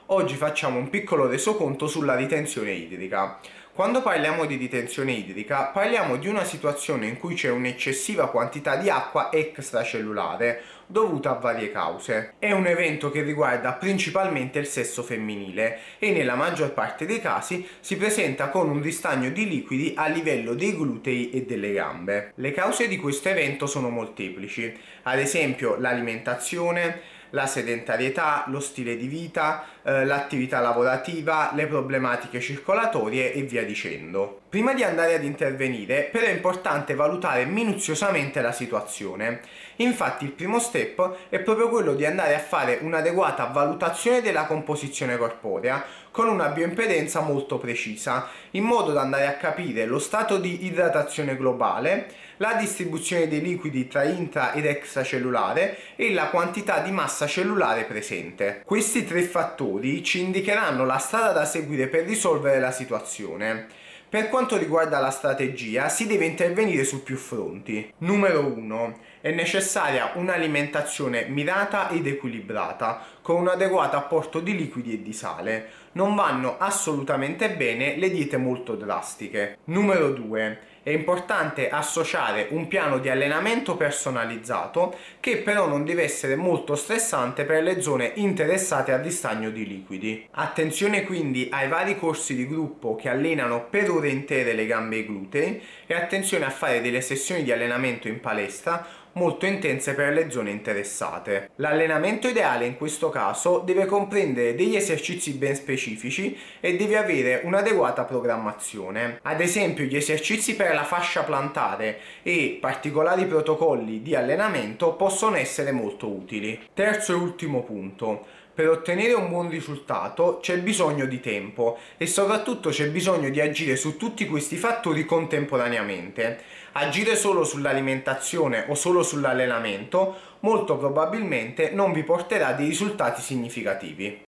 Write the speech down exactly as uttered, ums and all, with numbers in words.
Oggi facciamo un piccolo resoconto sulla ritenzione idrica. Quando parliamo di ritenzione idrica, parliamo di una situazione in cui c'è un'eccessiva quantità di acqua extracellulare dovuta a varie cause. È un evento che riguarda principalmente il sesso femminile e nella maggior parte dei casi si presenta con un ristagno di liquidi a livello dei glutei e delle gambe. Le cause di questo evento sono molteplici, ad esempio l'alimentazione, la sedentarietà, lo stile di vita, eh, l'attività lavorativa, le problematiche circolatorie e via dicendo. Prima di andare ad intervenire, però è importante valutare minuziosamente la situazione. Infatti il primo step è proprio quello di andare a fare un'adeguata valutazione della composizione corporea con una bioimpedenza molto precisa, in modo da andare a capire lo stato di idratazione globale, la distribuzione dei liquidi tra intra ed extracellulare e la quantità di massa cellulare presente. Questi tre fattori ci indicheranno la strada da seguire per risolvere la situazione. Per quanto riguarda la strategia, si deve intervenire su più fronti. Numero uno. È necessaria un'alimentazione mirata ed equilibrata, con un adeguato apporto di liquidi e di sale. Non vanno assolutamente bene le diete molto drastiche. Numero due. È importante associare un piano di allenamento personalizzato che però non deve essere molto stressante per le zone interessate al ristagno di liquidi. Attenzione quindi ai vari corsi di gruppo che allenano per ore intere le gambe e i glutei e attenzione a fare delle sessioni di allenamento in palestra molto intense per le zone interessate. L'allenamento ideale in questo caso deve comprendere degli esercizi ben specifici e deve avere un'adeguata programmazione. Ad esempio, gli esercizi per la fascia plantare e particolari protocolli di allenamento possono essere molto utili. Terzo e ultimo punto. Per ottenere un buon risultato c'è bisogno di tempo e soprattutto c'è bisogno di agire su tutti questi fattori contemporaneamente. Agire solo sull'alimentazione o solo sull'allenamento molto probabilmente non vi porterà dei risultati significativi.